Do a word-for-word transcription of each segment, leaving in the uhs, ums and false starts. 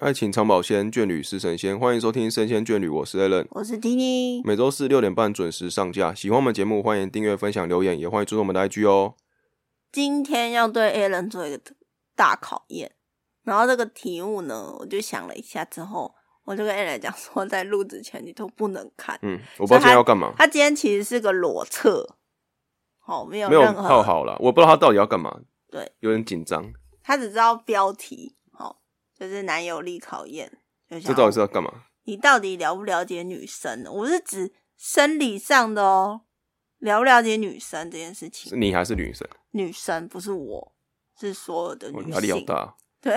爱情长保鲜，眷侣是神仙。欢迎收听神仙眷侣，我是 Alan， 我是 Tini。 每周四六点半准时上架。喜欢我们节目，欢迎订阅、分享、留言，也欢迎追踪我们的 I G 哦。 今天要对 Alan 做一个大考验，然后这个题目呢，我就想了一下之后，我就跟 Alan 讲说，在录之前你都不能看。 嗯，我不知道今天要干嘛。 他今天其实是个裸测，好、哦，没有没有任何套好了，我不知道他到底要干嘛。 对， 有点紧张。 他只知道标题，好、哦，就是男友力考验。 这到底是要干嘛？ 你到底了不了解女生？我是指生理上的哦，了不了解女生这件事情？ 是你还是女生？ 女生不是我，是所有的女性。 压力好大。 对，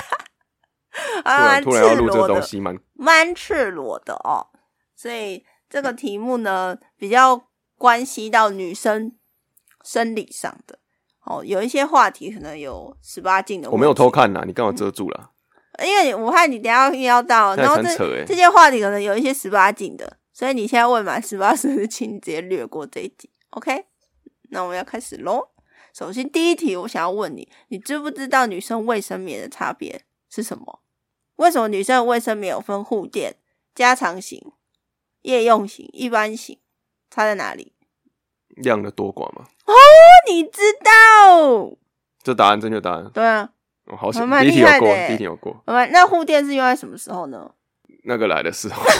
啊，突然要录这东西，蛮蛮赤裸的哦。所以这个题目呢，比较关系到女生生理上的哦。有一些话题可能有十八禁的问题。 我没有偷看呐，你刚好遮住了。 因为我怕你等一下要到，然后这、 欸、 这些话题可能有一些十八禁的，所以你现在未满十八岁，请你直接略过这一集 ，OK？ 那我们要开始咯。首先第一题，我想要问你，你知不知道女生卫生棉的差别是什么？为什么女生的卫生棉有分护垫、加长型、夜用型、一般型，差在哪里？ 量的多寡吗？ 哦，你知道？ 这答案正确答案。 对啊。 哦、好险，第一题有过，第一题有过。 那护垫是用在什么时候呢？ 那个来的时候。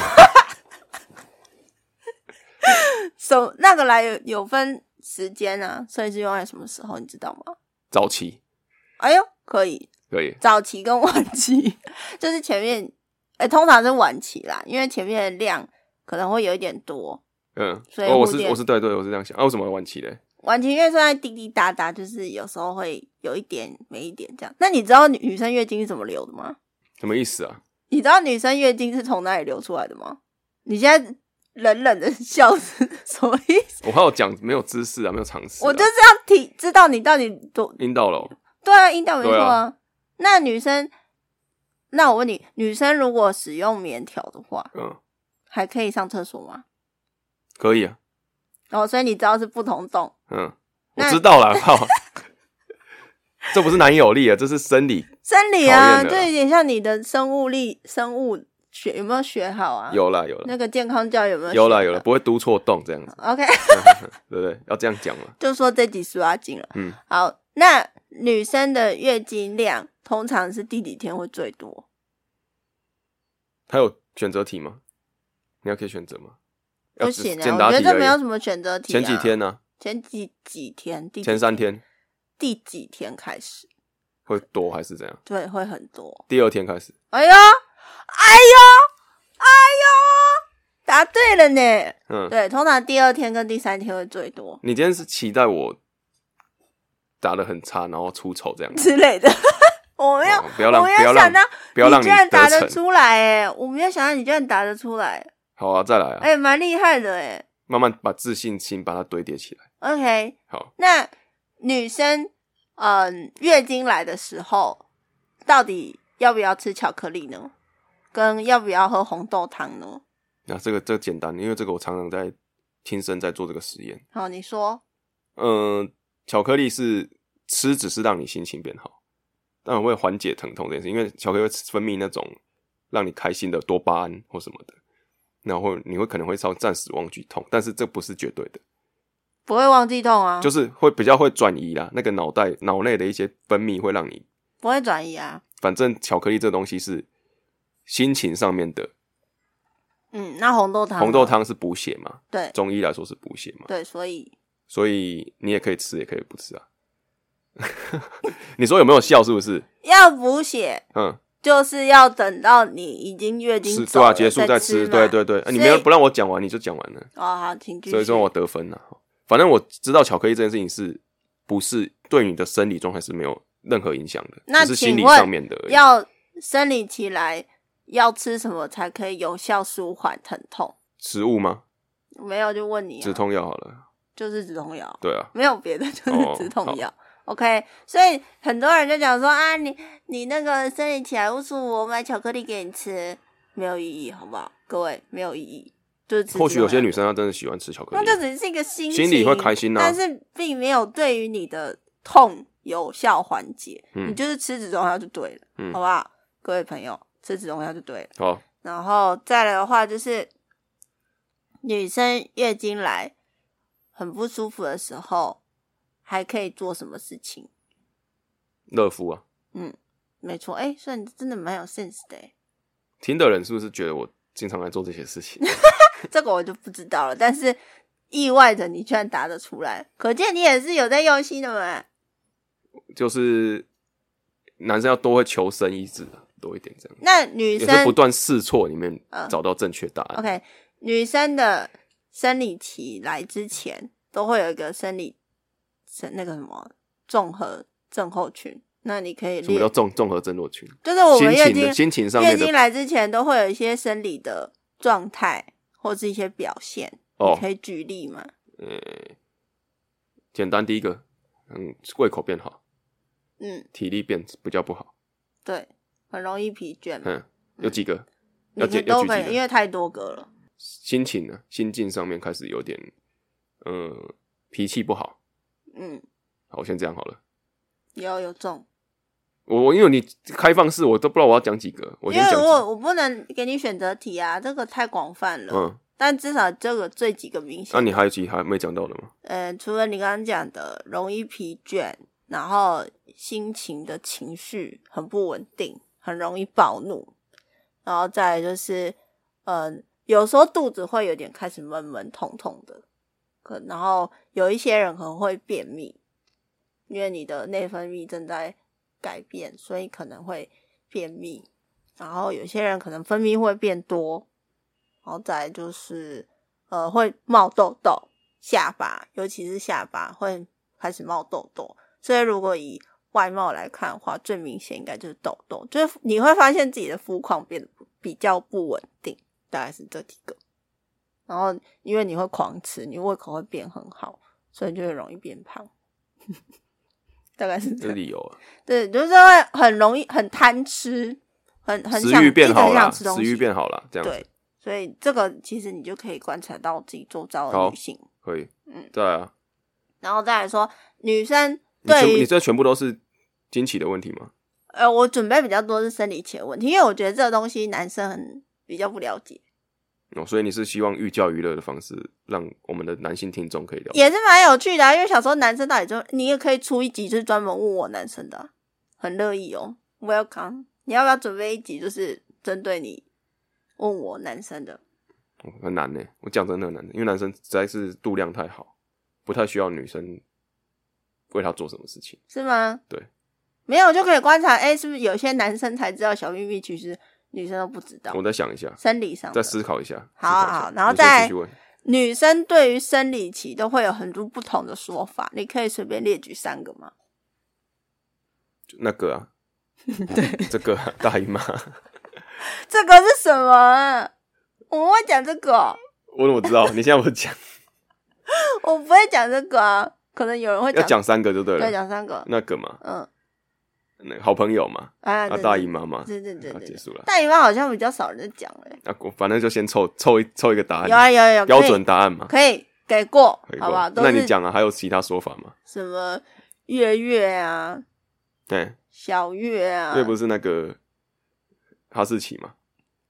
手那个来 有, 有分时间啊，所以是用在什么时候？你知道吗？ 早期。 哎呦，可以， 可以。 早期跟晚期，就是前面，哎、欸，通常是晚期啦，因为前面的量可能会有一点多。 嗯， 所以哦，我是我是对对，我是这样想。啊，为什么晚期嘞？ 晚期因为现在滴滴答答，就是有时候会有一点没一点这样。那你知道女生月经是怎么流的吗？ 什么意思啊？ 你知道女生月经是从哪里流出来的吗？你现在冷冷的笑是什么意思？ 我怕我讲没有知识啊，没有常识、啊。 我就是要提知道你到底多阴道了。 对啊，阴道没错啊。 啊那女生，那我问你，女生如果使用棉条的话， 嗯，还可以上厕所吗？ 可以啊。 哦，所以你知道是不同洞。 嗯，我知道了，靠，这不是男友力啊，这是生理。 生理啊，就有点像你的生物力、生物学有没有学好啊？ 有啦有啦。 那个健康教育有没有学？ 有啦有啦，不会读错洞这样子。 OK， 对不对？要这样讲嘛。 就说这集十八禁了。 嗯， 好，那女生的月经量通常是第几天会最多？ 还有选择题吗？你要可以选择吗？ 不行啊，我觉得这没有什么选择题、啊。 前几天呢、啊？ 前几几天？第几天前三天？ 第几天开始会多还是怎样？ 对，会很多。 第二天开始。 哎呦，哎呦，哎呦，答对了呢。嗯，对，通常第二天跟第三天会最多。 你今天是期待我打得很差，然后出丑这样之类的？我没有， 哦、不要让， 我没有想到不要让你居然答得出来，哎，我没有想到你居然答得出来。 好啊，再来啊！ 哎、欸，蛮厉害的哎。 慢慢把自信心把它堆叠起来。 OK， 好。 那女生，嗯、呃，月经来的时候，到底要不要吃巧克力呢？跟要不要喝红豆汤呢？ 那、啊、这个这个简单，因为这个我常常在亲身在做这个实验。 好，你说。 嗯、呃，巧克力是吃只是让你心情变好，当然会缓解疼痛这件事，因为巧克力会分泌那种让你开心的多巴胺或什么的。然后你会可能会稍暂时忘记痛，但是这不是绝对的， 不会忘记痛啊， 就是会比较会转移啦，那个脑袋脑内的一些分泌会让你不会转移啊。 反正巧克力这东西是心情上面的， 嗯，那红豆汤， 红豆汤是补血嘛？ 对， 中医来说是补血嘛？ 对，所以所以你也可以吃，也可以不吃啊。你说有没有效？是不是要补血？ 嗯。 就是要等到你已经月经走了， 对啊，结束再吃，对对对。啊、你没有不让我讲完，你就讲完了。 哦，好，请继续。 所以说我得分了。反正我知道巧克力这件事情是不是对你的生理状态是没有任何影响的， 那只是心理上面的而已。 要生理期来要吃什么才可以有效舒缓疼痛？ 食物吗？ 没有，就问你、啊。 止痛药好了。 就是止痛药。 对啊， 没有别的，就是止痛药。哦OK， 所以很多人就讲说啊，你你那个生理期来不舒服，我买巧克力给你吃，没有意义，好不好？各位，没有意义，就是吃。 或许有些女生她真的喜欢吃巧克力， 那就只是一个心情， 心里会开心啊， 但是并没有对于你的痛有效缓解、嗯。你就是吃止痛药就对了、嗯，好不好？各位朋友， 吃止痛药就对了。 好， 然后再来的话就是女生月经来很不舒服的时候还可以做什么事情？ 热敷啊。 嗯，没错。哎，所以你真的蛮有 sense 的诶。 听的人是不是觉得我经常来做这些事情？ 这个我就不知道了，但是意外的你居然答得出来，可见你也是有在用心的嘛。 就是男生要多会求生意志啊，多一点这样。 那女生也是不断试错里面找到正确答案。 嗯、OK， 女生的生理期来之前都会有一个生理那个什么综合症候群。那你可以什么叫综综合症候群？ 就是我们月经心情上面的月经来之前都会有一些生理的状态或是一些表现。哦、你可以举例吗？ 呃，简单第一个，嗯，胃口变好， 嗯， 体力变比较不好， 对，很容易疲倦嘛。 嗯，有几个？ 嗯、 要举都可以， 要举几个？ 因为太多个了。 心情呢？心境上面开始有点，呃，脾气不好。 嗯， 好，我先这样好了。 有有中。 我因为你开放式，我都不知道我要讲几个。我先讲， 因为我我不能给你选择题啊，这个太广泛了。嗯，但至少这个这几个明显。 那、啊、你还有几还没讲到的吗？ 呃，除了你刚刚讲的容易疲倦，然后心情的情绪很不稳定，很容易暴怒，然后再来就是呃，有时候肚子会有点开始闷闷痛痛的，可然后有一些人可能会便秘，因为你的内分泌正在改变，所以可能会便秘。然后有些人可能分泌会变多，然后再来就是呃会冒痘痘，下巴尤其是下巴会开始冒痘痘。所以如果以外貌来看的话，最明显应该就是痘痘，就是你会发现自己的肤况变得比较不稳定，大概是这几个。然后因为你会狂吃，你胃口会变很好，所以就会容易变胖。大概是这个理由啊。 对，就是会很容易很贪吃，很很想食欲变好啦， 食欲变好啦，这样子。 对，所以这个其实你就可以观察到自己周遭的女性。 可以，嗯，再来啊。 然后再来说，女生对于你, 你这全部都是经期的问题吗？ 呃，我准备比较多是生理期的问题，因为我觉得这个东西男生很比较不了解。 哦，所以你是希望寓教于乐的方式，让我们的男性听众可以了解， 也是蛮有趣的啊。因为小时候男生到底就你也可以出一集，就是专门问我男生的、啊，很乐意哦。Welcome， 你要不要准备一集，就是针对你问我男生的？ 哦、很难呢，我讲真的很难，因为男生实在是度量太好，不太需要女生为他做什么事情， 是吗？ 对， 没有就可以观察，哎，是不是有些男生才知道小秘密，其实女生都不知道？ 我再想一下， 生理上再思考一下。 好好好，然后再女生对于生理期都会有很多不同的说法，你可以随便列举三个吗？ 那个啊，对，这个、啊、大姨妈， 这个是什么？我们会讲这个、哦？ 我怎么知道？你现在不讲？ 我不会讲这个啊，可能有人会讲。 要讲三个就对了， 对，讲三个。 那个嘛， 嗯。 那好朋友嘛，啊，啊大姨妈嘛， 对对对对， 结束了。 大姨妈好像比较少人讲了、欸。 啊，反正就先凑凑一凑一个答案。 有啊有有标准答案嘛， 可以给过， 可以好不好？ 那你讲啊，还有其他说法吗？ 什么月月啊， 对， 小月啊， 月不是那个哈士奇吗？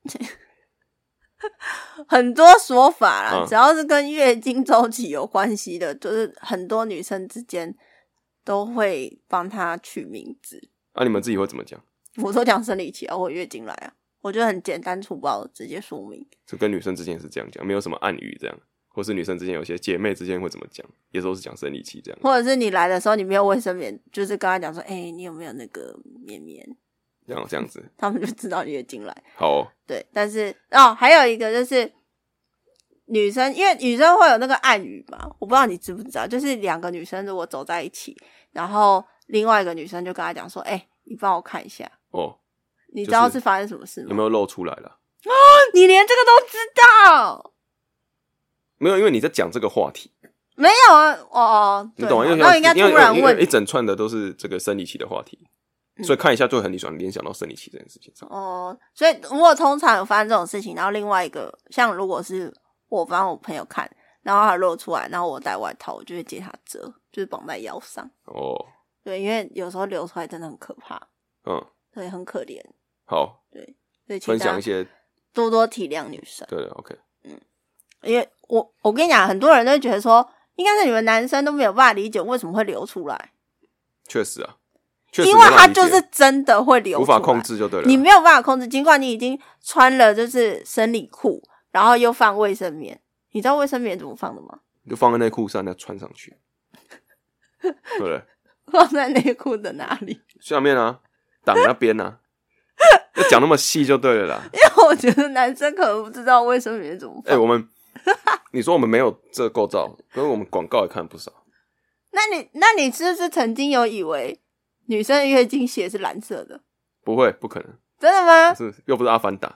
很多说法啦、嗯，只要是跟月经周期有关系的，就是很多女生之间都会帮她取名字。 啊，你们自己会怎么讲？ 我都讲生理期啊，或月经来啊，我就很简单粗暴的直接说明。 就跟女生之间是这样讲，没有什么暗语这样，或是女生之间有些姐妹之间会怎么讲，也都是讲生理期这样。 或者是你来的时候你没有卫生棉，就是跟他讲说，哎、欸，你有没有那个绵绵？ 这样这样子， 他们就知道你月经来。 好、哦， 对，但是哦，还有一个就是女生，因为女生会有那个暗语嘛，我不知道你知不知道，就是两个女生如果走在一起，然后另外一个女生就跟她讲说，哎、欸，你帮我看一下哦，你知道是发生什么事吗？ 有没有露出来了？ 哦，你连这个都知道？ 没有，因为你在讲这个话题。 没有啊，哦， 你懂啊？因为那应该突然问， 一整串的都是这个生理期的话题。所以看一下就会很理想联想到生理期这件事情上。 哦，所以如果通常有发生这种事情，然后另外一个像如果是我帮我朋友看，然后他露出来，然后我戴外套，我就会借他遮，就是绑在腰上。 哦，对， 因为有时候流出来真的很可怕。 嗯， 对，很可怜。 好， 对， 所以请分享一些多多体谅女生。 对对 ，OK。 嗯，因为我我跟你讲，很多人都会觉得说，应该是你们男生都没有办法理解为什么会流出来。 确实啊，确实因为他就是真的会流出来， 无法控制就对了。 你没有办法控制，尽管你已经穿了就是生理裤，然后又放卫生棉，你知道卫生棉怎么放的吗？ 就放在内裤上再穿上去，对不对？ 放在内裤的哪里？ 下面啊，挡那边啊。要讲那么细就对了啦。 因为我觉得男生可能不知道卫生棉怎么放。 哎、欸，我们你说我们没有这个构造，可是我们广告也看不少。 那你那你是不是曾经有以为女生的月经血是蓝色的？ 不会，不可能。 真的吗？ 是又不是阿凡达。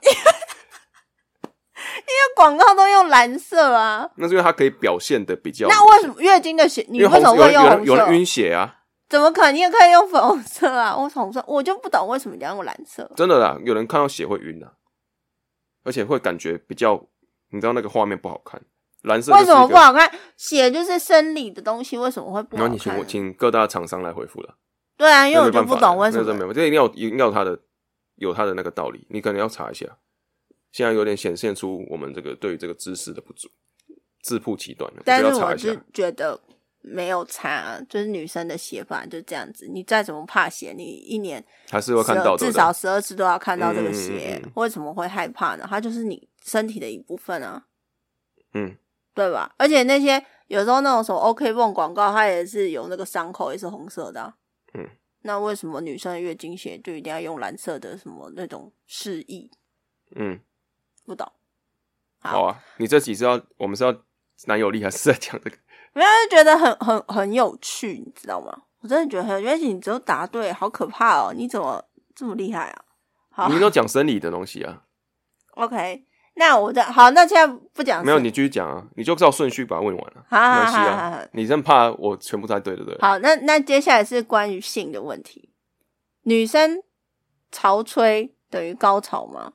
因为广告都用蓝色啊。 那是因为它可以表现的比较。 那为什么月经的血你为什么会用红色？ 有人晕血啊。 怎么可能？你也可以用粉红色啊！我红色我就不懂为什么你要用蓝色。 真的啦，有人看到血会晕啊，而且会感觉比较，你知道那个画面不好看。蓝色为什么不好看？血就是生理的东西，为什么会不好看？ 然后你请请各大厂商来回复了。 对啊，因为我就不懂为什么。 没有，这一定要一定要有它的有它的那个道理，你可能要查一下。现在有点显现出我们这个对于这个知识的不足，自曝其短了。 但是我是觉得没有差，就是女生的血法就这样子，你再怎么怕血，你一年还是会看到， 至少十二次都要看到这个血， 嗯嗯嗯嗯为什么会害怕呢？它就是你身体的一部分啊， 嗯， 对吧？而且那些有时候那种什么 OK 泵广告，它也是有那个伤口也是红色的、啊， 嗯， 那为什么女生的月经血就一定要用蓝色的什么那种示意？ 嗯， 不懂。好, 好啊，你这集是要我们是要男友力还是在讲这个？ 没有，就觉得很很很有趣，你知道吗？我真的觉得很有趣，而且你只有答对，好可怕哦！你怎么这么厉害啊？好， 你都讲生理的东西啊。 OK， 那我的好，那现在不讲， 没有，你继续讲啊，你就照顺序把它问完了， 好好没关系啊。 好好好你真怕我全部猜对，对不对？ 好，那那接下来是关于性的问题，女生潮吹等于高潮吗？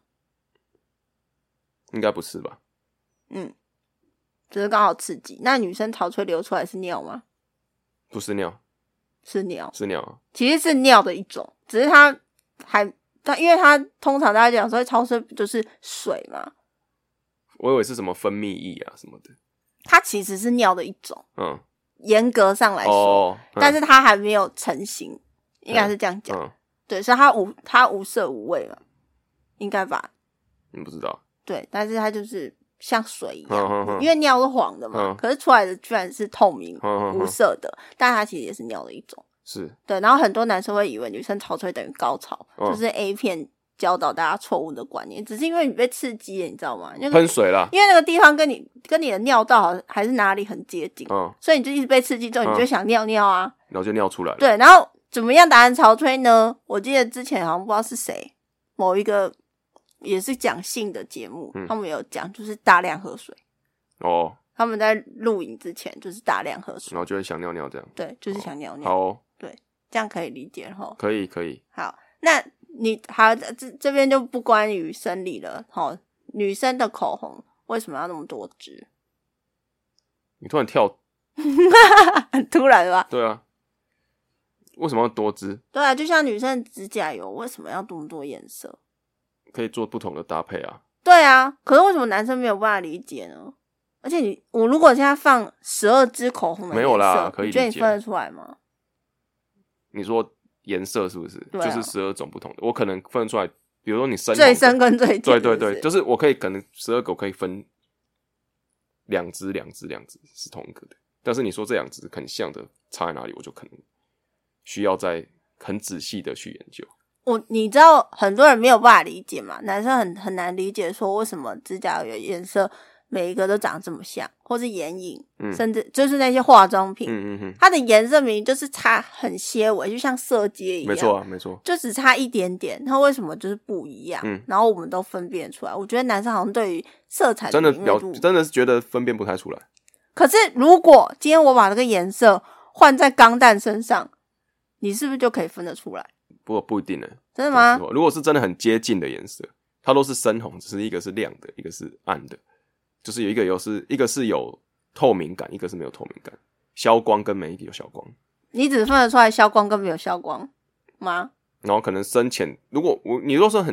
应该不是吧？ 嗯。只是刚好刺激。那女生潮吹流出来是尿吗？ 不是尿， 是尿， 是尿啊。 其实是尿的一种，只是它还它，因为它通常大家讲说潮吹不就是水嘛？ 我以为是什么分泌液啊什么的。 它其实是尿的一种， 嗯， 严格上来说， 哦嗯、 但是它还没有成型，应该是这样讲。 嗯， 对，所以它无它无色无味嘛，应该吧？ 你不知道？ 对，但是它就是像水一样， 嗯嗯、 因为尿是黄的嘛， 嗯、 可是出来的居然是透明、 嗯、 无色的，但它其实也是尿的一种。 是， 对，然后很多男生会以为女生潮吹等于高潮， 嗯、 就是 A 片教导大家错误的观念，只是因为你被刺激了，你知道吗？ 喷水啦， 因为那个地方跟你跟你的尿道还是哪里很接近， 嗯， 所以你就一直被刺激之后，你就想尿尿啊， 然后就尿出来了。 对，然后怎么样达成潮吹呢？我记得之前好像不知道是谁，某一个也是讲性的节目， 嗯、 他们有讲就是大量喝水。 哦， 他们在录影之前就是大量喝水， 然后就会想尿尿这样。 对，就是想尿尿。 好哦， 对，这样可以理解齁。 可以，可以。 好，那你好，这这边就不关于生理了齁。女生的口红为什么要那么多支？ 你突然跳， 很突然吧？ 对啊，为什么要多支？ 对啊，就像女生的指甲油为什么要这么多颜色？ 可以做不同的搭配啊。 对啊，可是为什么男生没有办法理解呢？而且你，我如果现在放十二支口红的颜色， 没有啦，可以理解。 你觉得你分得出来吗？ 你说颜色是不是？ 对啊、 就是十二种不同的，我可能分得出来。比如说你深最深跟最浅， 对对对，就是我可以可能十二个可以分两支、两支、两支是同一个的，但是你说这两支很像的差在哪里，我就可能需要再很仔细的去研究。 我你知道很多人没有办法理解嘛，男生很很难理解说为什么指甲油颜色每一个都长这么像，或是眼影、嗯、甚至就是那些化妆品， 嗯嗯嗯， 它的颜色明明就是差很些微，就像色阶一样， 没错啊，没错， 就只差一点点，它为什么就是不一样？嗯，然后我们都分辨出来。我觉得男生好像对于色彩的真的了，真的是觉得分辨不太出来。 可是如果今天我把这个颜色换在钢蛋身上，你是不是就可以分得出来？ 不过不一定呢、欸， 真的吗？ 如果是真的很接近的颜色，它都是深红，只是一个是亮的，一个是暗的，就是有一个有是一个是有透明感，一个是没有透明感，消光跟没有消光。 你只分得出来消光跟没有消光吗？ 然后可能深浅，如果我你如果说很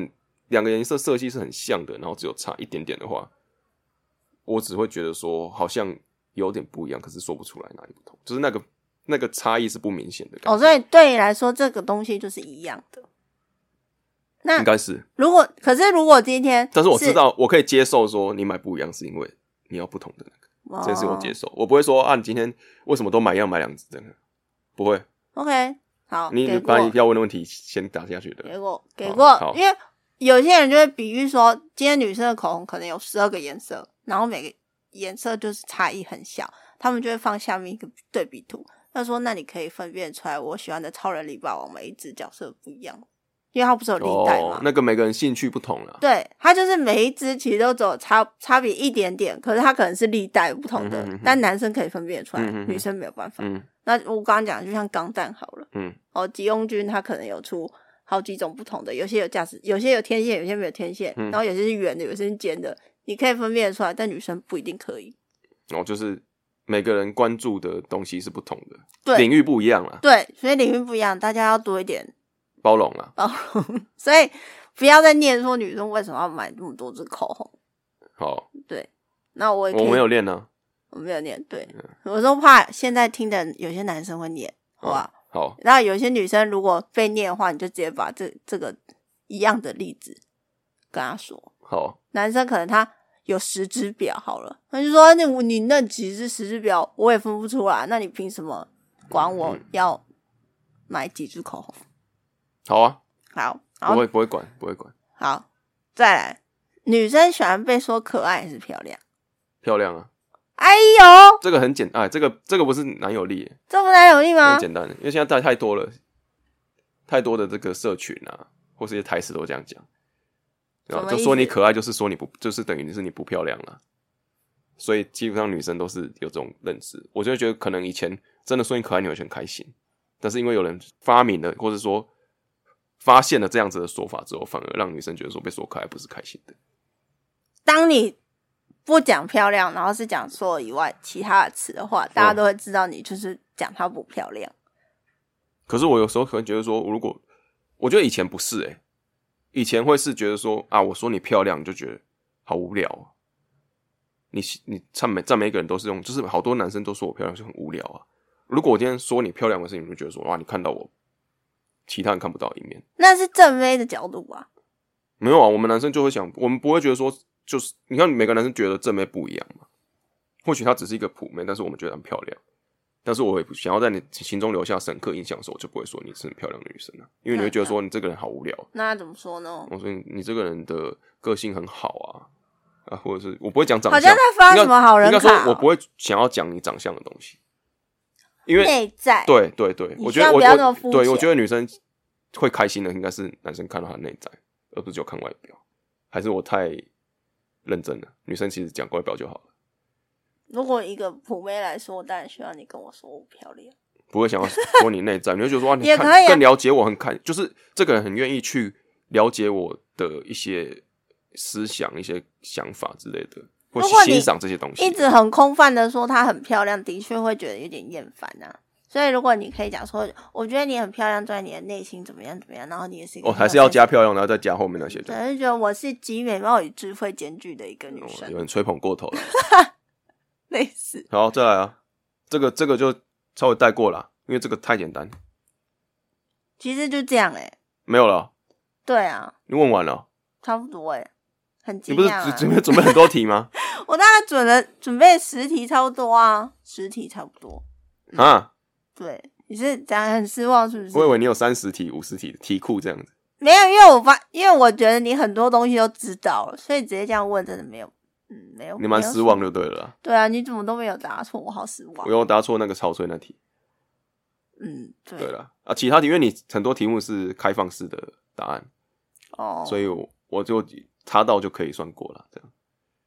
两个颜色色系是很像的，然后只有差一点点的话，我只会觉得说好像有点不一样，可是说不出来哪里不同，就是那个那个差异是不明显的感觉。 哦，所以对你来说，这个东西就是一样的。那应该是， 如果可是如果今天， 但是我知道我可以接受说你买不一样，是因为你要不同的那个， 哦、 这件事我接受。我不会说啊，你今天为什么都买一样买两只的呢？不会。 OK， 好， 你你把你要问的问题先打下去的。 给过，给过，因为有些人就会比喻说，今天女生的口红可能有十二个颜色，然后每个颜色就是差异很小，他们就会放下面一个对比图。他说：“那你可以分辨出来，我喜欢的超人力霸王每一只角色不一样，因为它不是有历代吗？ 哦，那个每个人兴趣不同啦。 对，它就是每一只其实都只有差差别一点点，可是它可能是历代不同的，嗯、哼哼但男生可以分辨出来，嗯、哼哼女生没有办法。嗯、那我刚刚讲就像钢弹好了，嗯，哦，吉翁君它可能有出好几种不同的，有些有价值，有些有天线，有些没有天线，嗯、然后有些是圆的，有些是尖的，你可以分辨出来，但女生不一定可以。 哦，就是每个人关注的东西是不同的，对，领域不一样啦。 对，所以领域不一样，大家要多一点包容啦， 包容。所以不要再念说女生为什么要买那么多支口红。 好， 对，那我也可以我没有念呢、啊， 我没有念。对，嗯、我说怕现在听的有些男生会念，好吧？ 好， 然后有些女生如果被念的话，你就直接把这这个一样的例子跟他说。 好， 男生可能他有十只表好了，他就说：“那你那几只十只表我也分不出来，那你凭什么管我要买几支口红？” 好啊， 好， 不会不会管，不会管。 好，再来，女生喜欢被说可爱还是漂亮？ 漂亮啊！ 哎呦， 这个很简单，哎，这个这个不是男友力， 这不男友力吗？ 很简单的，因为现在太太多了，太多的这个社群啊，或是一些台词都这样讲，然后就说你可爱，就是说你不，就是等于是你不漂亮啦。所以基本上女生都是有这种认知，我就觉得可能以前真的说你可爱，你会很开心，但是因为有人发明了，或者说发现了这样子的说法之后，反而让女生觉得说被说可爱不是开心的。 当你不讲漂亮，然后是讲说以外其他的词的话，大家都会知道你就是讲她不漂亮。 可是我有时候可能觉得说，如果我觉得以前不是诶、欸，以前会是觉得说啊，我说你漂亮，你就觉得好无聊啊。你你赞美赞美一个人都是用，就是好多男生都说我漂亮，就很无聊啊。如果我今天说你漂亮的事情，你就觉得说哇，你看到我其他人看不到的一面， 那是正妹的角度啊。 没有啊，我们男生就会想，我们不会觉得说，就是你看每个男生觉得正妹不一样嘛。或许她只是一个普妹，但是我们觉得很漂亮。但是我也想要在你心中留下深刻印象的时候，我就不会说你是很漂亮的女生啊，因为你会觉得说你这个人好无聊。 那怎么说呢？ 我说你这个人的个性很好啊。啊，或者是我不会讲长相， 好像在发什么好人卡、哦。 应该说，我不会想要讲你长相的东西，因为内在。 对对对，我觉得我我对我觉得女生会开心的，应该是男生看到她的内在，而不是就看外表。还是我太认真了？女生其实讲外表就好了。 如果一个普妹来说，我当然希望你跟我说我漂亮， 不会想要说你内在，你会觉得说、啊、你看也可以、啊、 更了解我，很看，就是这个人很愿意去了解我的一些思想、一些想法之类的，或欣赏这些东西。 一直很空泛的说她很漂亮，的确会觉得有点厌烦啊。所以如果你可以讲说，我觉得你很漂亮，在你的内心怎么样怎么样，然后你也是一个哦，还是要加漂亮，然后再加后面那些。 对，就觉得我是集美貌与智慧兼具的一个女生。 哦、有人吹捧过头了， 类似。 好，再来啊，这个这个就稍微带过啦，因为这个太简单。 其实就这样哎、欸， 没有了。 对啊， 你问完了， 差不多哎、欸，很惊讶、啊。 你不是准备准备很多题吗？ 我大概准了准备十题差不多啊，十题差不多。 嗯、啊， 对，你是这样很失望是不是？ 我以为你有三十题、五十题题库这样子。 没有，因为我发，因为我觉得你很多东西都知道了，所以直接这样问真的没有，嗯，没有。 你蛮失望就对了啦。 对啊，你怎么都没有答错，我好失望。 我有答错那个潮吹那题。 嗯，对。 对了啊，其他题因为你很多题目是开放式的答案， 哦， 所以我我就查到就可以算过了，这样。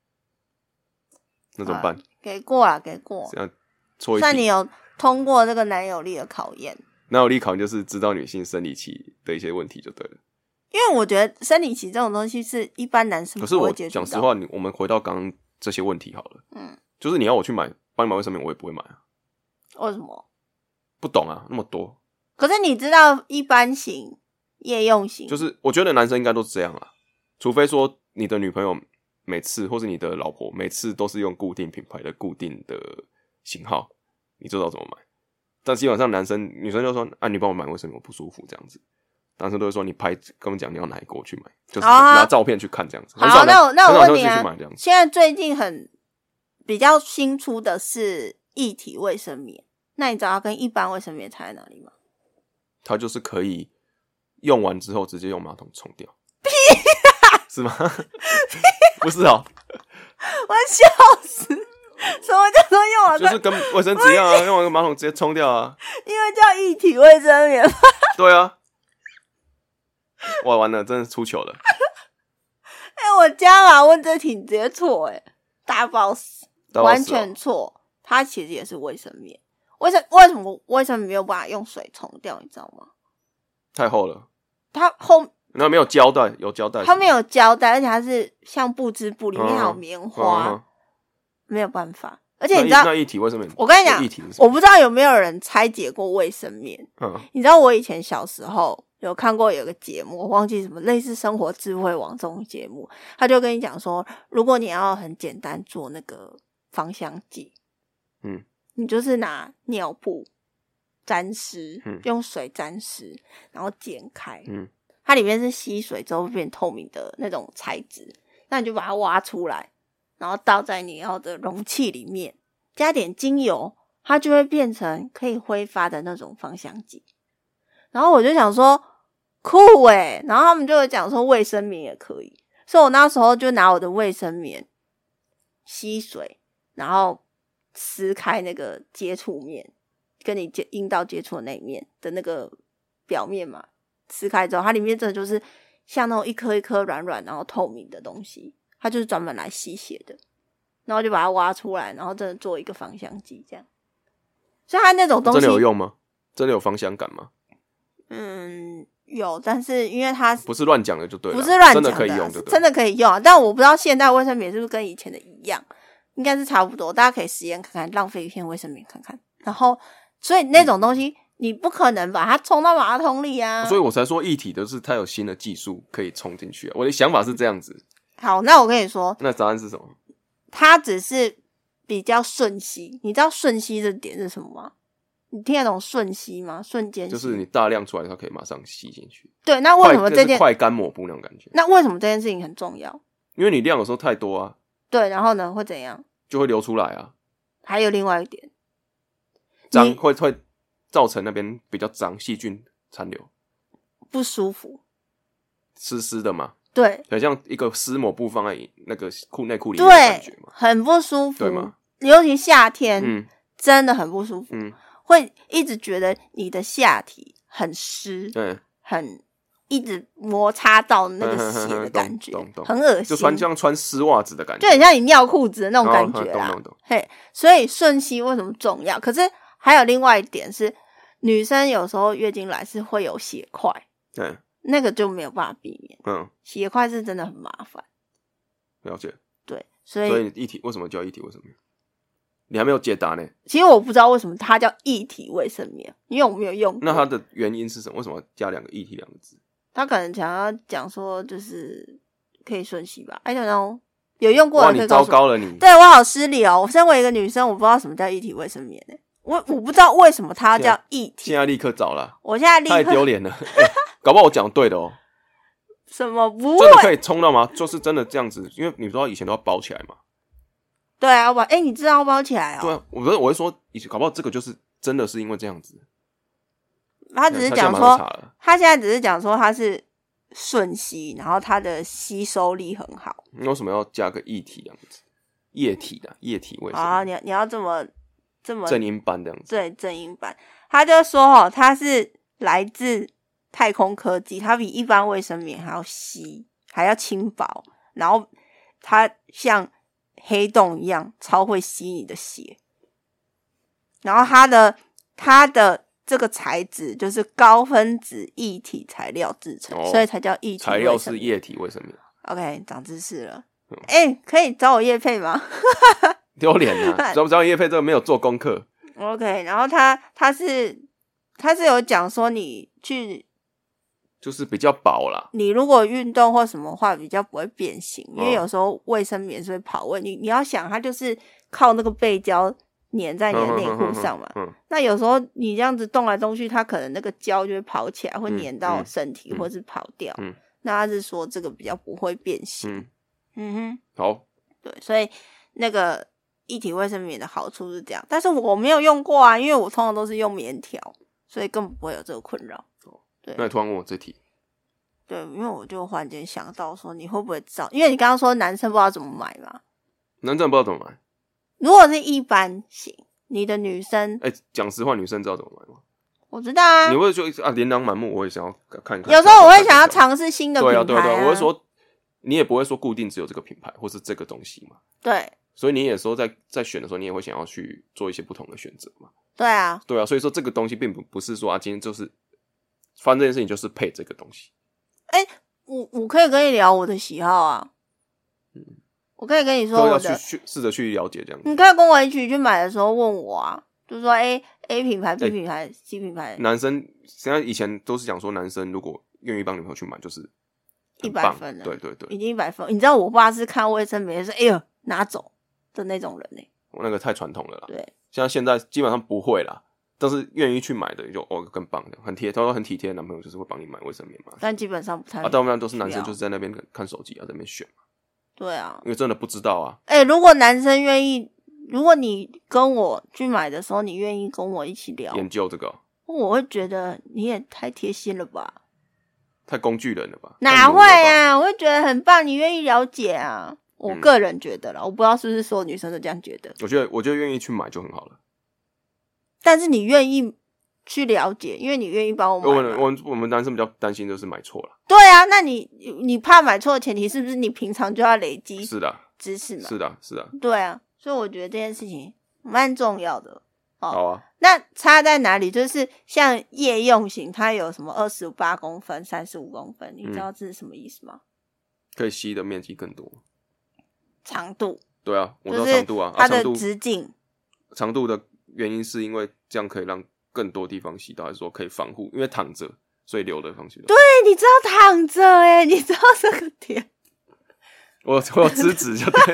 那怎么办？啊、 给过啦，给过。 这样错一题。 算你有通过这个男友力的考验。 男友力考验就是知道女性生理期的一些问题就对了。 因为我觉得生理期这种东西是一般男生不会接触到。 可是我讲实话，你我们回到刚刚这些问题好了，嗯，就是你要我去买帮你买卫生棉，我也不会买啊。 为什么？ 不懂啊，那么多。 可是你知道一般型、夜用型， 就是我觉得男生应该都是这样啦， 除非说你的女朋友每次或是你的老婆每次都是用固定品牌的固定的型号，你就知道怎么买。但基本上男生女生就说啊，你帮我买卫生棉我不舒服这样子，男生都会说你拍跟我讲你要哪一个我去买，就是拿照片去看这样子。 好，那我那我问你啊， 买这样子现在最近很比较新出的是液体卫生棉，那你知道它跟一般卫生棉差在哪里吗？ 它就是可以用完之后直接用马桶冲掉。 屁啊！ 是吗？不是哦， 我笑死！什么叫做用完就是跟卫生纸一样啊，用完个马桶直接冲掉啊。 因为叫液体卫生棉吗？ 对啊。哇，完了，真的出糗了。 哎、欸，我家马问这题直接错哎，大爆死，完全错。它其实也是卫生棉，为什为什么卫生棉没有办法用水冲掉？你知道吗？ 太厚了。 它后那没有胶带，有胶带。 它没有胶带，而且它是像布织布，里面还有棉花， 嗯嗯嗯、 没有办法。而且你知道那一体卫生棉， 我跟你讲，我不知道有没有人拆解过卫生棉。嗯，你知道我以前小时候有看过有个节目，我忘记什么类似生活智慧网这种节目，他就跟你讲说，如果你要很简单做那个芳香剂，嗯，你就是拿尿布沾湿，嗯，用水沾湿，然后剪开，嗯，它里面是吸水之后变透明的那种材质，那你就把它挖出来，然后倒在你要的容器里面，加点精油，它就会变成可以挥发的那种芳香剂。然后我就想说酷欸，然后他们就有讲说卫生棉也可以，所以我那时候就拿我的卫生棉吸水，然后撕开那个接触面，跟你阴道接触的那一面的那个表面嘛，撕开之后它里面真的就是像那种一颗一颗软软然后透明的东西，它就是专门来吸血的，然后就把它挖出来，然后真的做一个芳香剂这样。所以它那种东西真的有用吗？真的有芳香感吗？ 嗯，有，但是因为它不是乱讲的就对了， 不是乱讲的， 真的可以用就对了， 真的可以用啊。但我不知道现在卫生棉是不是跟以前的一样，应该是差不多，大家可以实验看看，浪费一片卫生棉看看。然后，所以那种东西、嗯、你不可能把它冲到马桶里啊， 所以我才说液体的是它有新的技术可以冲进去啊。我的想法是这样子。 好，那我跟你说， 那答案是什么？ 它只是比较瞬吸。你知道瞬吸的点是什么吗？你听得懂瞬吸吗？瞬间吸就是你大量出来它可以马上吸进去。 对，那为什么这件快干抹布那种感觉？ 那为什么这件事情很重要？ 因为你量有时候太多啊。 对，然后呢会怎样？ 就会流出来啊。 还有另外一点， 脏会会造成那边比较脏，细菌残留，不舒服， 湿湿的嘛。 对， 很像一个湿抹布放在那个裤内裤里面的感觉嘛， 很不舒服， 对吗？ 尤其夏天， 嗯， 真的很不舒服，嗯，会一直觉得你的下体很湿，对，很一直摩擦到那个血的感觉， 懂懂， 很恶心， 就穿像穿湿袜子的感觉， 就很像你尿裤子的那种感觉啦。 懂懂懂。 嘿，所以瞬吸为什么重要？可是还有另外一点是，女生有时候月经来是会有血块，对。那个就没有办法避免，嗯，血块是真的很麻烦。 了解， 对，所以所以液体为什么叫液体卫生棉？你还没有解答呢。 其实我不知道为什么它叫液体卫生棉，因为我没有用过。 那它的原因是什么？为什么加两个液体两个字？ 他可能想要讲说，就是可以瞬吸吧。I don't know， 有用过的可以告诉我。 哇，你糟糕了你！ 对我好失礼哦。我身为一个女生，我不知道什么叫液体卫生棉呢、欸。我我不知道为什么它要叫液体。 现在立刻找了。 我现在立刻太丢脸了、欸，搞不好我讲对的哦。 什么不会？ 真的可以冲到吗？就是真的这样子，因为你不知道以前都要包起来嘛。 对啊，我把哎、欸，你知道要包起来哦。 对啊，我我会说，以前搞不好这个就是真的是因为这样子。 他只是讲说，他现在只是讲说他是瞬吸，然后它的吸收力很好。 你为什么要加个液体这样子？液体的液体卫生棉啊，你你要这么这么正音班这样子。 对，正音班。他就说哦，它是来自太空科技，它比一般卫生棉还要稀，还要轻薄，然后它像黑洞一样超会吸你的血，然后它的它的这个材质就是高分子液体材料制成、哦、所以才叫液体卫生棉。材料是液体卫生棉。 OK， 长知识了。哎、嗯欸，可以找我业配吗？ 丢脸啊，找不找业配这个没有做功课。OK， 然后他他是他是有讲说你去就是比较薄啦。 你如果运动或什么话，比较不会变形，因为哦有时候卫生棉是会跑位。你你要想，它就是靠那个背胶粘在你的内裤上嘛。 嗯嗯嗯嗯那有时候你这样子动来动去，它可能那个胶就会跑起来，会粘到身体， 嗯嗯或是跑掉。 嗯那他是说这个比较不会变形。 嗯嗯哼， 好， 对，所以那个一体卫生棉的好处是这样，但是我没有用过啊，因为我通常都是用棉条，所以根本不会有这个困扰。对， 那你突然问我这题， 对，因为我就忽然间想到说，你会不会知道？因为你刚刚说男生不知道怎么买嘛。 男生不知道怎么买。 如果是一般型，你的女生， 哎、欸，讲实话，女生知道怎么买吗？ 我知道啊。 你会说啊，琳琅满目，我也想要看一看。 有时候我会想要尝试新的品牌、啊。 对啊，对啊，对啊，我会说，你也不会说固定只有这个品牌或是这个东西嘛。 对。 所以你也说在在选的时候，你也会想要去做一些不同的选择嘛。 对啊， 对啊，所以说这个东西并不不是说啊，今天就是发生这件事情就是配这个东西。 哎、欸，我我可以跟你聊我的喜好啊。嗯，我可以跟你说我的， 都要去试着去了解这样子。 你可以跟我一起去买的时候问我啊，就是说 A A 品牌、B 品牌、欸、C 品牌。 男生现在以前都是讲说，男生如果愿意帮女朋友去买，就是一百分了。 对对对， 已经一百分。你知道我爸是看卫生棉说，哎呦拿走的那种人呢、欸。 我那个太传统了啦。 对， 像现在基本上不会啦，但是愿意去买的就哦更棒的，很贴，他说很体贴的男朋友就是会帮你买卫生棉嘛。 但基本上不太啊，大部分都是男生就是在那边看手机啊，在那边选嘛。 对啊， 因为真的不知道啊。 哎、欸，如果男生愿意，如果你跟我去买的时候，你愿意跟我一起聊研究这个， 我会觉得你也太贴心了吧， 太工具人了吧？ 哪会啊？我会觉得很棒，你愿意了解啊。我个人觉得啦、嗯，我不知道是不是所有女生都这样觉得。 我觉得，我觉得愿意去买就很好了。 但是你愿意去了解，因为你愿意帮我买。 我我我们男生比较担心就是买错了。 对啊，那你你怕买错的前提是不是你平常就要累积？ 是的， 知识嘛。 是的，是的。 对啊，所以我觉得这件事情蛮重要的。哦、 好啊。 那差在哪里？就是像夜用型，它有什么二十八公分、三十五公分，你知道这是什么意思吗？ 嗯、可以吸的面积更多。 长度。 对啊，我知道长度啊， 它的直径、 啊。长度的原因是因为这样可以让更多地方吸到，还是说可以防护？因为躺着，所以流的方式。 对，你知道躺着哎、欸，你知道这个点？ 我我有资质就对。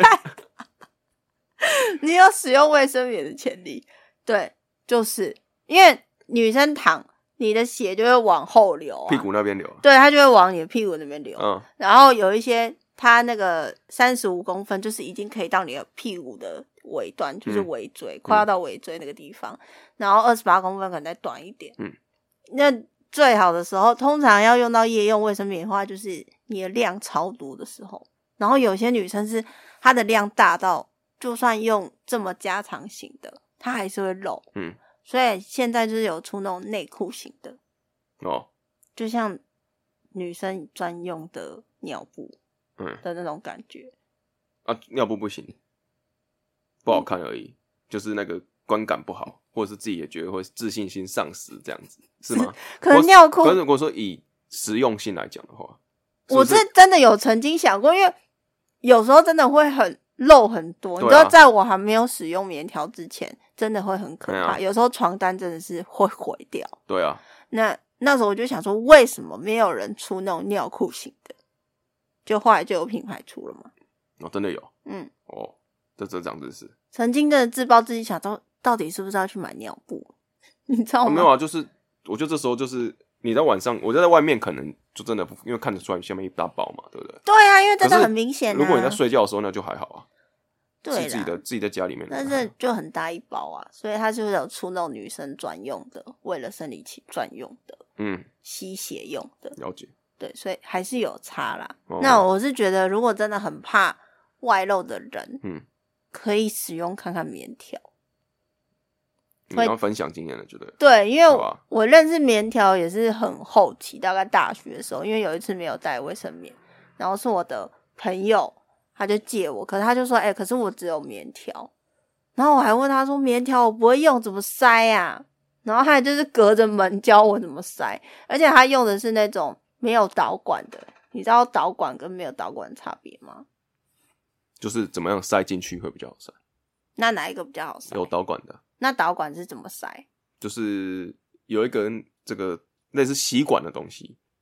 你有使用卫生棉的潜力。对，就是因为女生躺，你的血就会往后流、啊， 屁股那边流。 对，它就会往你的屁股那边流。 嗯， 然后有一些。它那个三十五公分，就是已经可以到你的屁股的尾端，就是尾椎、嗯，快要到尾椎那个地方。嗯、然后二十八公分可能再短一点。嗯，那最好的时候，通常要用到夜用卫生棉的话，就是你的量超多的时候。然后有些女生是她的量大到，就算用这么加长型的，它还是会漏。嗯，所以现在就是有出那种内裤型的。 哦， 就像女生专用的尿布。嗯的那种感觉啊，尿布不行，不好看而已，嗯、就是那个观感不好，或者是自己也觉得会自信心丧失，这样子是吗？ 可能尿裤， 可是如果说以实用性来讲的话，是是我是真的有曾经想过，因为有时候真的会很漏很多，啊、你知道，在我还没有使用棉条之前，真的会很可怕。啊、有时候床单真的是会毁掉。 对啊， 那那时候我就想说，为什么没有人出那种尿裤型的？就后来就有品牌出了嘛？ 哦，真的有， 嗯， 哦，这这长知识。 曾经真的自暴自弃，想到到底是不是要去买尿布，你知道吗？ 哦、没有啊，就是我觉得这时候就是你在晚上，我在外面可能就真的因为看得出来下面一大包嘛，对不对？ 对啊，因为真的很明显、啊。 如果你在睡觉的时候，那就还好啊。 对啦， 自己的自己在家里面， 但是就很大一包啊，所以它就是有出那种女生专用的，为了生理期专用的，嗯，吸血用的， 了解。 对，所以还是有差啦。哦、那我是觉得，如果真的很怕外露的人，嗯，可以使用看看棉条。 你要分享经验了，觉得对，因为 我, 我认识棉条也是很后期，大概大学的时候，因为有一次没有带卫生棉，然后是我的朋友，他就借我，可是他就说，哎、欸，可是我只有棉条，然后我还问他说，棉条我不会用，怎么塞啊？然后他就是隔着门教我怎么塞，而且他用的是那种。没有导管的，你知道导管跟没有导管的差别吗？ 就是怎么样塞进去会比较好塞。 那哪一个比较好塞？ 有导管的。 那导管是怎么塞？ 就是有一个这个类似吸管的东西，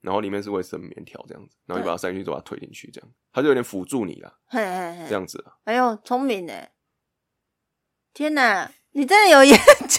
然后里面是卫生棉条这样子，然后你把它塞进去，就把它推进去，这样它就有点辅助你啦， 嘿嘿嘿这样子啦。 哎呦，聪明耶！天哪，你真的有研究？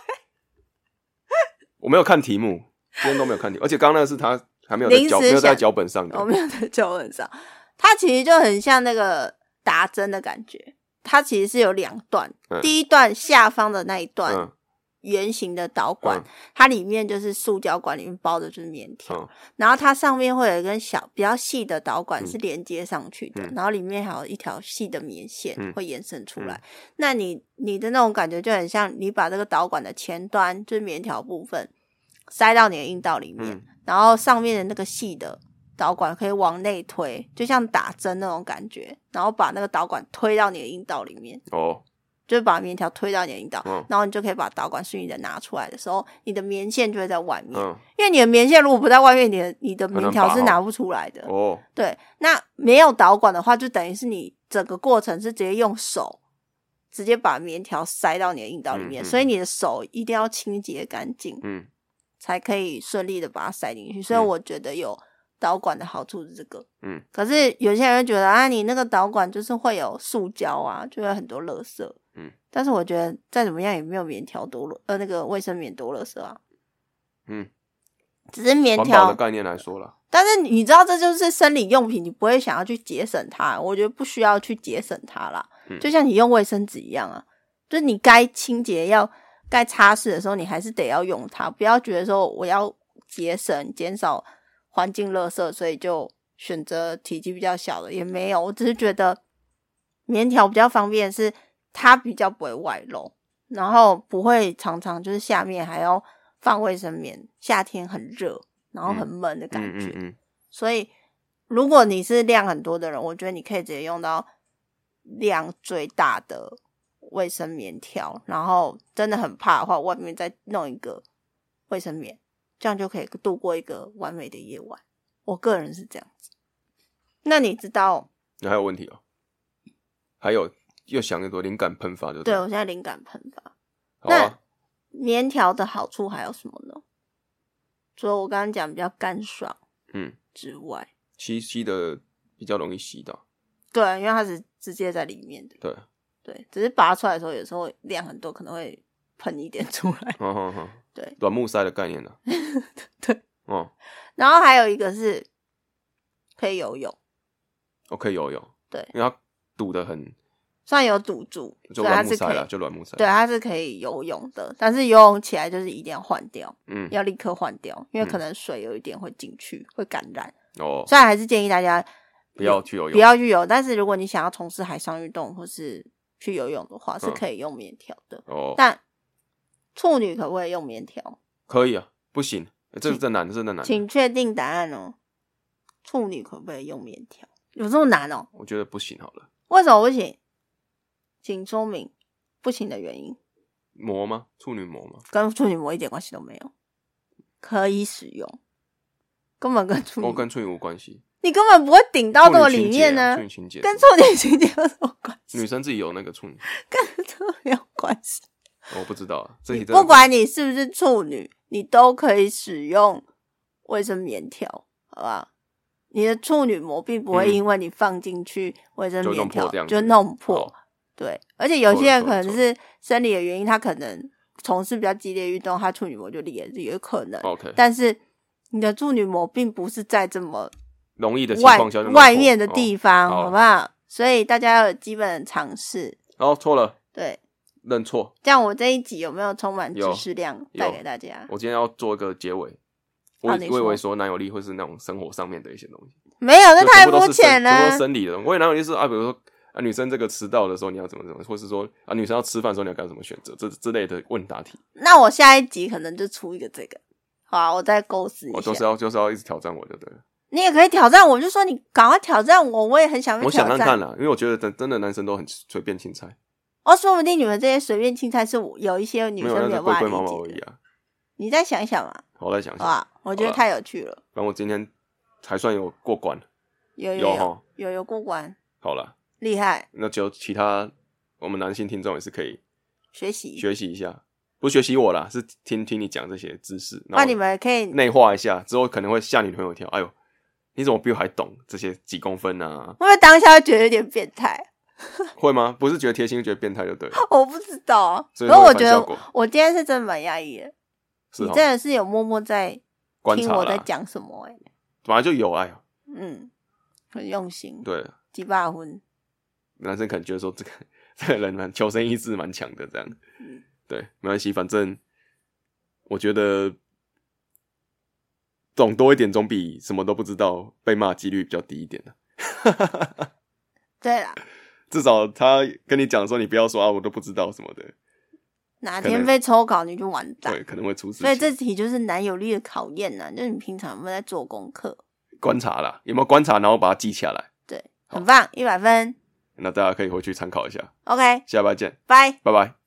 我没有看题目，今天都没有看题目，而且刚刚那个是他还没有在脚没有在脚本上的， 我没有在脚本上。它其实就很像那个打针的感觉，它其实是有两段，嗯、第一段下方的那一段。嗯圆形的导管、嗯、它里面就是塑胶管，里面包的就是棉条、嗯、然后它上面会有一根小比较细的导管是连接上去的、嗯、然后里面还有一条细的棉线会延伸出来、嗯、那你你的那种感觉就很像你把这个导管的前端就是棉条部分塞到你的阴道里面、嗯、然后上面的那个细的导管可以往内推，就像打针那种感觉，然后把那个导管推到你的阴道里面哦，就是把棉条推到你的阴道、嗯、然后你就可以把导管顺利的拿出来的时候，你的棉线就会在外面、嗯、因为你的棉线如果不在外面，你的你的棉条是拿不出来的哦。对，那没有导管的话，就等于是你整个过程是直接用手直接把棉条塞到你的阴道里面、嗯、所以你的手一定要清洁干净，嗯，才可以顺利的把它塞进去。所以我觉得有导管的好处是这个，嗯，可是有些人会觉得啊，你那个导管就是会有塑胶啊，就会很多垃圾，嗯，但是我觉得再怎么样也没有棉条多呃那个卫生棉多垃圾啊，嗯，只是棉条环保的概念来说啦， 但是你知道这就是生理用品，你不会想要去节省它，我觉得不需要去节省它啦，嗯，就像你用卫生纸一样啊，就是你该清洁要该擦拭的时候，你还是得要用它，不要觉得说我要节省减少环境垃圾，所以就选择体积比较小的，也没有，我只是觉得棉条比较方便，是它比较不会外漏，然后不会常常就是下面还要放卫生棉，夏天很热然后很闷的感觉、嗯嗯嗯嗯、所以如果你是量很多的人，我觉得你可以直接用到量最大的卫生棉条，然后真的很怕的话，外面再弄一个卫生棉，这样就可以度过一个完美的夜晚，我个人是这样子。那你知道你还有问题哦？还有又想一个灵感喷发就对, 对我现在灵感喷发、啊、那棉条的好处还有什么呢？除了我刚刚讲比较干爽嗯之外， 吸吸的比较容易吸到， 对，因为它是直接在里面的， 对对，只是拔出来的时候有时候量很多可能会喷一点出来， 嗯嗯嗯， 对， 软木塞的概念啊对，嗯，然后还有一个是可以游泳， 哦，可以游泳， 对， 因为它堵得很， 虽然有堵住， 就软木塞啦，就软木塞， 对，它是可以游泳的，但是游泳起来就是一定要换掉，嗯，要立刻换掉，因为可能水有一点会进去，嗯、会感染哦。虽然还是建议大家不要去游泳， 不要去游，但是如果你想要从事海上运动或是去游泳的话，是可以用棉条的、嗯、哦。但处女可不可以用棉条？ 可以啊，不行，这是真难的，真的难的。 请确定答案哦。处女可不可以用棉条？有这么难哦？ 我觉得不行好了。 为什么不行？请说明不行的原因。 膜吗？处女膜吗？ 跟处女膜一点关系都没有，可以使用，根本跟处女膜、哦、跟处女无关系。 你根本不会顶到这么里面呢、啊， 处女情节跟处女情节有什么关系？ 女生自己有那个处女， 跟这没有关系。 我不知道啊，这题不管你是不是处女，你都可以使用卫生棉条，好吧？你的处女膜并不会因为你放进去卫生棉条、嗯、就弄破，就弄破对。而且有些人可能是生理的原因，他可能从事比较激烈运动，他处女膜就裂，有可能。 OK， 但是你的处女膜并不是在这么容易的情况下就外面的地方， 哦、 好不好？所以大家要有基本的尝试。 哦，错了， 对， 认错。 这样我这一集有没有充满知识量带给大家？ 我今天要做一个结尾。我以为说男友力会是那种生活上面的一些东西， 没有，那太肤浅了。 全部都是生理的。我以为男友力是啊，比如说啊，女生这个迟到的时候你要怎么怎么，或是说啊，女生要吃饭的时候你要该怎么选择，这之类的问答题。 那我下一集可能就出一个这个，好啊，我再构思一下。 我就是要就是要一直挑战我就对了。 你也可以挑战我，就说你赶快挑战我，我也很想被挑战。 我想看看啦，因为我觉得真真的男生都很随便青菜。 哦，说不定你们这些随便青菜是有一些女生没有办法理解的。 没有，那是龟龟毛毛而已啊。 你再想一想嘛。 我再想想， 哇，我觉得太有趣了。 反正我今天还算有过关， 有有有有有过关。 好了， 厉害。 那就其他我们男性听众也是可以学习学习一下。 不是学习我啦，是听听你讲这些知识， 那你们可以内化一下，之后可能会吓女朋友一跳。哎呦，你怎么比我还懂这些几公分啊？ 会不会当下会觉得有点变态？ 会吗？不是觉得贴心，觉得变态就对了。 我不知道啊， 所以可是我觉得会有反效果我今天是真的蛮压抑的。 是哦你真的是有默默在观察听我在啦， 讲什么、欸？ 本来就有哎呦， 嗯，很用心。 对， 几把分， 男生可能觉得说这个这个人蛮求生意志蛮强的，这样， 嗯对，没关系，反正我觉得懂多一点总比什么都不知道被骂几率比较低一点的。 对啦， 至少他跟你讲说你不要说啊，我都不知道什么的， 哪天被抽考你就完蛋。 对，可能会出事情。 所以这题就是男友力的考验呐、啊，就是你平常有没有在做功课？ 观察啦，有没有观察，然后把它记下来， 对，很棒，一百分。 那大家可以回去参考一下。 OK， 下礼拜见， 拜。 拜拜。